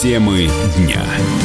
Темы дня.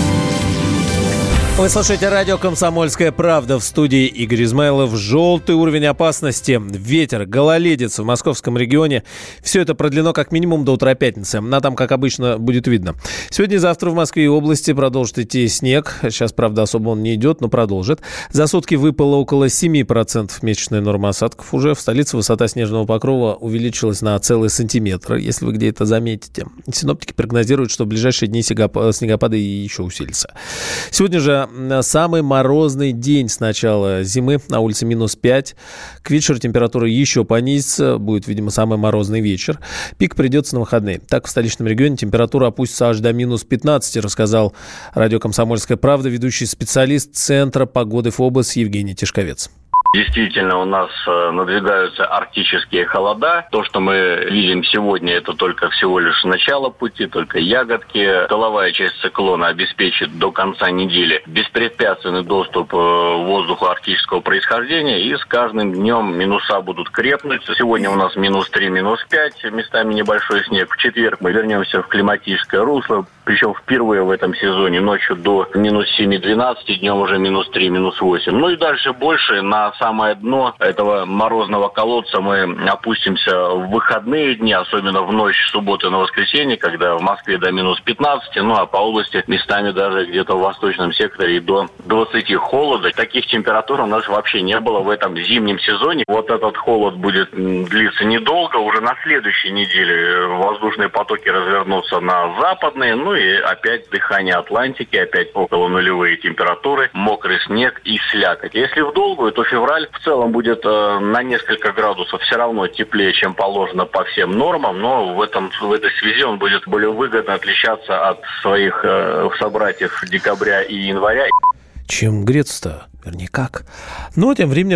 Вы слушаете радио «Комсомольская правда», в студии Игорь Измайлов. Желтый уровень опасности, ветер, гололедица в московском регионе. Все это продлено как минимум до утра пятницы. А там, как обычно, будет видно. Сегодня и завтра в Москве и области продолжит идти снег. Сейчас, правда, особо он не идет, но продолжит. За сутки выпало около 7% месячной нормы осадков. Уже в столице высота снежного покрова увеличилась на целый сантиметр, если вы где это заметите. Синоптики прогнозируют, что в ближайшие дни снегопады еще усилятся. Сегодня же самый морозный день с начала зимы. На улице -5. К вечеру температура еще понизится. Будет, видимо, самый морозный вечер. Пик придется на выходные. Так, в столичном регионе температура опустится аж до -15, рассказал радио «Комсомольская правда» ведущий специалист Центра погоды ФОБОС Евгений Тишковец. Действительно, у нас надвигаются арктические холода. То, что мы видим сегодня, это только всего лишь начало пути, только ягодки. Тыловая часть циклона обеспечит до конца недели беспрепятственный доступ воздуха арктического происхождения. И с каждым днем минуса будут крепнуть. Сегодня у нас -3, -5, местами небольшой снег. В четверг мы вернемся в климатическое русло. Причем впервые в этом сезоне ночью до -7, -12, днем уже -3, -8. Ну и дальше больше. На самое дно этого морозного колодца мы опустимся в выходные дни, особенно в ночь субботы на воскресенье, когда в Москве до -15, ну а по области местами даже где-то в восточном секторе и до 20 холода. Таких температур у нас вообще не было в этом зимнем сезоне. Вот этот холод будет длиться недолго. Уже на следующей неделе воздушные потоки развернутся на западные, ну и опять дыхание Атлантики, опять около нулевые температуры, мокрый снег и слякоть. Если в долгую, то февраль в целом будет на несколько градусов все равно теплее, чем положено по всем нормам, но в этой связи он будет более выгодно отличаться от своих собратьев декабря и января. Чем греться-то? Вернее, как? Но тем временем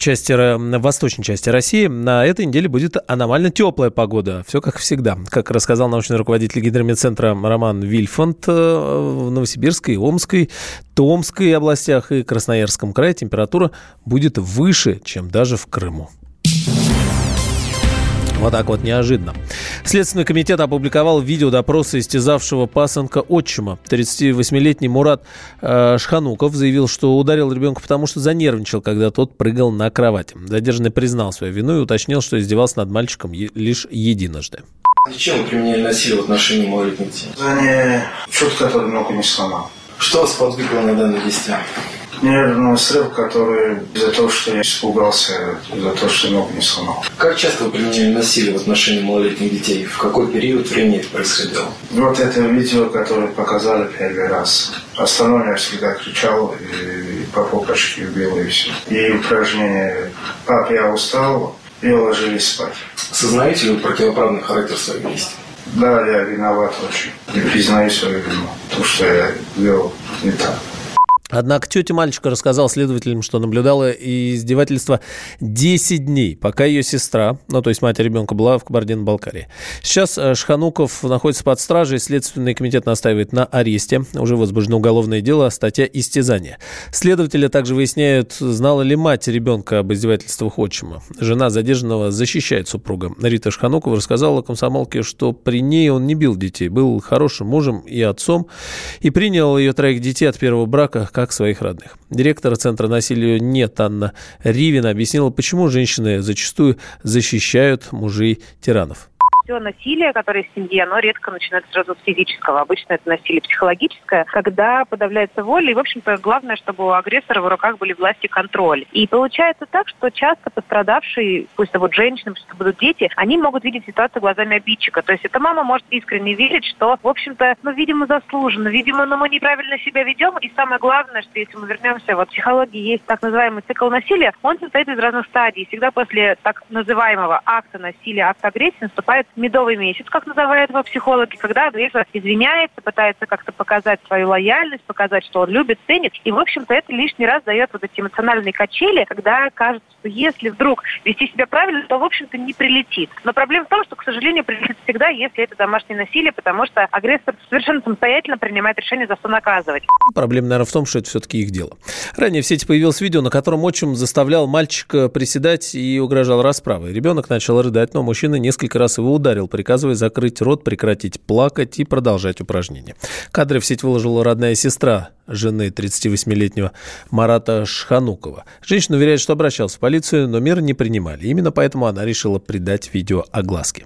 в восточной части России на этой неделе будет аномально теплая погода. Все как всегда. Как рассказал научный руководитель гидрометцентра Роман Вильфанд, в Новосибирской, Омской, Томской областях и Красноярском крае температура будет выше, чем даже в Крыму. Вот так вот неожиданно. Следственный комитет опубликовал видео допроса истязавшего пасынка отчима. 38-летний Мурат Шхануков заявил, что ударил ребенка, потому что занервничал, когда тот прыгал на кровати. Задержанный признал свою вину и уточнил, что издевался над мальчиком лишь единожды. Зачем вы применяли насилие в отношении малолетних детей? Чуть, который ногу не сломал. Что вас подвигло на данное действие? Нервный срыв, который из-за того, что я испугался, из-за того, что ногу не сломал. Как часто вы применяли насилие в отношении малолетних детей? В какой период времени это происходило? Вот это видео, которое показали первый раз. Остальное я всегда кричал и по попочке бил и все. И упражнение «Пап, я устал» и ложились спать. Сознаете ли вы противоправный характер своих действий? Да, я виноват очень. И признаю свою вину, потому что я вел не так. Однако тетя мальчика рассказала следователям, что наблюдала издевательство 10 дней, пока ее сестра, то есть мать ребенка, была в Кабардино-Балкарии. Сейчас Шхануков находится под стражей, Следственный комитет настаивает на аресте. Уже возбуждено уголовное дело, статья «Истязание». Следователи также выясняют, знала ли мать ребенка об издевательствах отчима. Жена задержанного защищает супруга. Рита Шханукова рассказала комсомолке, что при ней он не бил детей, был хорошим мужем и отцом, и принял ее 3 детей от первого брака как своих родных. Директор Центра насилия «Нет» Анна Ривина объяснила, почему женщины зачастую защищают мужей-тиранов. Все насилие, которое в семье, оно редко начинается сразу с физического. Обычно это насилие психологическое, когда подавляется воля. И, в общем-то, главное, чтобы у агрессора в руках были власть и контроль. И получается так, что часто пострадавшие, пусть это женщины, пусть это будут дети, они могут видеть ситуацию глазами обидчика. То есть эта мама может искренне верить, что, в общем-то, видимо, заслуженно, видимо, мы неправильно себя ведем. И самое главное, что если мы вернемся, в психологии есть так называемый цикл насилия, он состоит из разных стадий. Всегда после так называемого акта насилия, акта агрессии наступает медовый месяц, как называют его психологи, когда агрессор извиняется, пытается как-то показать свою лояльность, показать, что он любит, ценит. И, в общем-то, это лишний раз дает эти эмоциональные качели, когда кажется, что если вдруг вести себя правильно, то, в общем-то, не прилетит. Но проблема в том, что, к сожалению, прилетит всегда, если это домашнее насилие, потому что агрессор совершенно самостоятельно принимает решение, за что наказывать. Проблема, наверное, в том, что это все-таки их дело. Ранее в сети появилось видео, на котором отчим заставлял мальчика приседать и угрожал расправой. Ребенок начал рыдать, но мужчина несколько раз его ударил. ударил, приказывая закрыть рот, прекратить плакать и продолжать упражнения. Кадры в сеть выложила родная сестра жены 38-летнего Марата Шханукова. Женщина уверяет, что обращалась в полицию, но меры не принимали. Именно поэтому она решила придать видео огласке.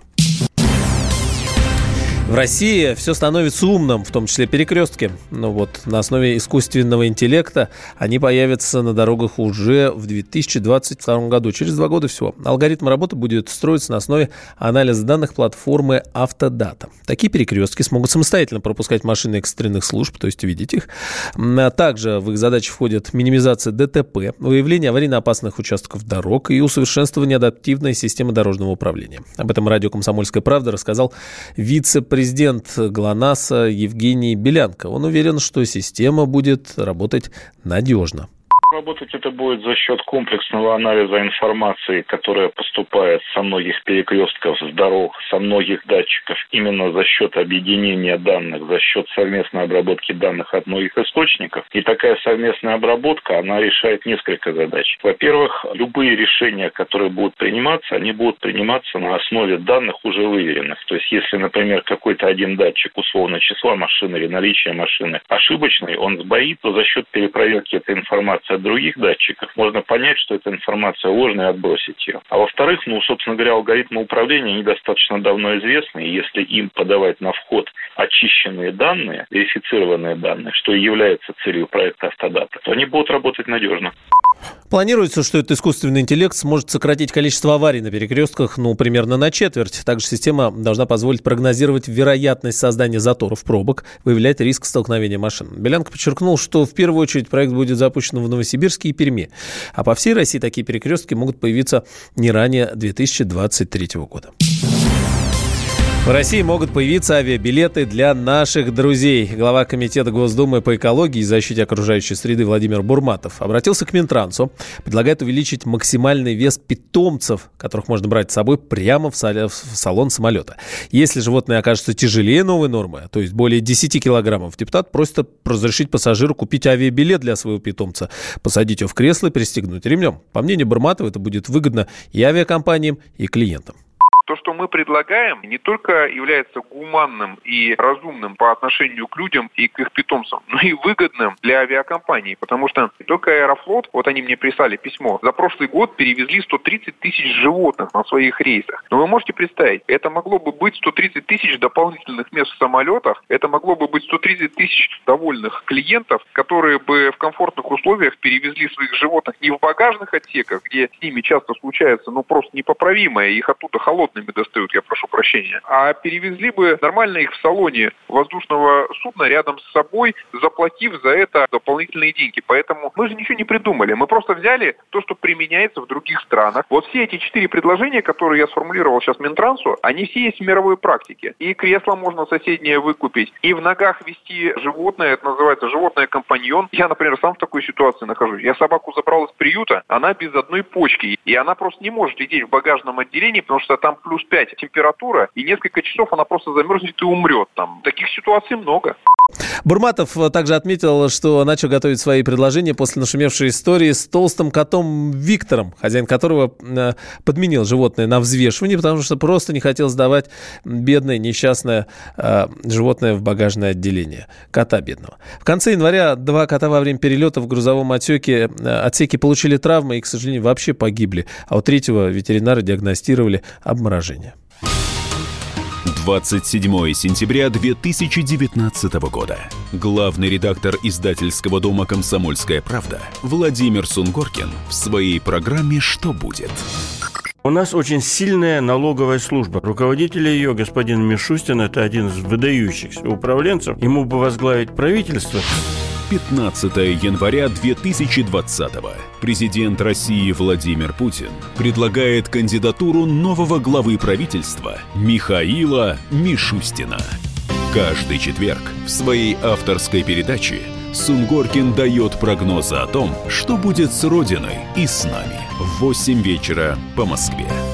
В России все становится умным, в том числе перекрестки. На основе искусственного интеллекта они появятся на дорогах уже в 2022 году, через 2 года всего. Алгоритм работы будет строиться на основе анализа данных платформы Автодата. Такие перекрестки смогут самостоятельно пропускать машины экстренных служб, то есть видеть их. Также в их задачи входят минимизация ДТП, выявление аварийно-опасных участков дорог и усовершенствование адаптивной системы дорожного управления. Об этом радио «Комсомольская правда» рассказал вице-президент ГЛОНАССа Евгений Белянко. Он уверен, что система будет работать надежно. Работать это будет за счет комплексного анализа информации, которая поступает со многих перекрестков, с дорог, со многих датчиков, именно за счет объединения данных, за счет совместной обработки данных от многих источников. И такая совместная обработка, она решает несколько задач. Во-первых, любые решения, которые будут приниматься, они будут приниматься на основе данных уже выверенных. То есть, если, например, какой-то один датчик, условно, числа машины или наличия машины ошибочный, он сбоит, то за счет перепроверки этой информации от других датчиков можно понять, что эта информация ложная, и отбросить ее. А во-вторых, собственно говоря, алгоритмы управления, они достаточно давно известны, и если им подавать на вход очищенные данные, верифицированные данные, что и является целью проекта Автодата, то они будут работать надежно. Планируется, что этот искусственный интеллект сможет сократить количество аварий на перекрестках, примерно на четверть. Также система должна позволить прогнозировать вероятность создания заторов, пробок, выявлять риск столкновения машин. Белянко подчеркнул, что в первую очередь проект будет запущен в Новосибирске и Перми. А по всей России такие перекрестки могут появиться не ранее 2023 года. В России могут появиться авиабилеты для наших друзей. Глава Комитета Госдумы по экологии и защите окружающей среды Владимир Бурматов обратился к Минтрансу, предлагает увеличить максимальный вес питомцев, которых можно брать с собой прямо в салон самолета. Если животное окажется тяжелее новой нормы, то есть более 10 килограммов, депутат просит разрешить пассажиру купить авиабилет для своего питомца, посадить его в кресло и пристегнуть ремнем. По мнению Бурматова, это будет выгодно и авиакомпаниям, и клиентам. То, что мы предлагаем, не только является гуманным и разумным по отношению к людям и к их питомцам, но и выгодным для авиакомпаний, потому что только Аэрофлот, они мне прислали письмо, за прошлый год перевезли 130 тысяч животных на своих рейсах. Но вы можете представить, это могло бы быть 130 тысяч дополнительных мест в самолетах, это могло бы быть 130 тысяч довольных клиентов, которые бы в комфортных условиях перевезли своих животных не в багажных отсеках, где с ними часто случается, просто непоправимое, их оттуда холодными достают, я прошу прощения, а перевезли бы нормально их в салоне воздушного судна рядом с собой, заплатив за это дополнительные деньги. Поэтому мы же ничего не придумали, мы просто взяли то, что применяется в других странах. Вот все эти 4 предложения, которые я сформулировал сейчас Минтрансу, они все есть в мировой практике. И кресло можно соседнее выкупить, и в ногах вести животное, это называется животное-компаньон. Я, например, сам в такой ситуации нахожусь. Я собаку забрал из приюта, она без одной почки, и она просто не может сидеть в багажном отделении, потому что там плюс 5 температура, и несколько часов она просто замерзнет и умрет там. Таких ситуаций много. Бурматов также отметил, что начал готовить свои предложения после нашумевшей истории с толстым котом Виктором, хозяин которого подменил животное на взвешивание, потому что просто не хотел сдавать бедное, несчастное животное в багажное отделение. Кота бедного. В конце января 2 кота во время перелета в грузовом отсеке получили травмы и, к сожалению, вообще погибли. А у 3-го ветеринары диагностировали обморожение. 27 сентября 2019 года. Главный редактор издательского дома «Комсомольская правда» Владимир Сунгоркин в своей программе «Что будет?». У нас очень сильная налоговая служба. Руководитель ее, господин Мишустин, это один из выдающихся управленцев. Ему бы возглавить правительство. 15 января 2020-го. Президент России Владимир Путин предлагает кандидатуру нового главы правительства Михаила Мишустина. Каждый четверг в своей авторской передаче Сунгоркин дает прогнозы о том, что будет с Родиной и с нами в 8 вечера по Москве.